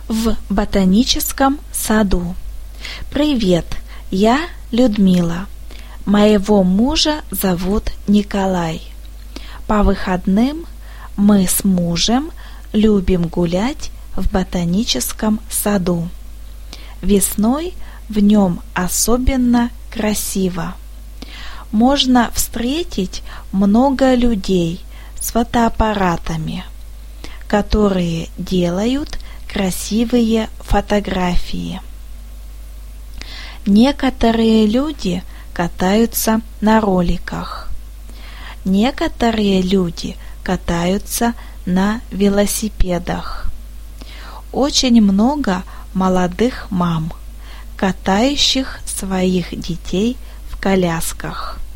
в ботаническом саду. Привет, я Людмила. Моего мужа зовут Николай. По выходным мы с мужем любим гулять в ботаническом саду. Весной в нем особенно красиво. Можно встретить много людей с фотоаппаратами, которые делают красивые фотографии. Некоторые люди катаются на роликах. Некоторые люди катаются на велосипедах. Очень много молодых мам, катающих своих детей в колясках.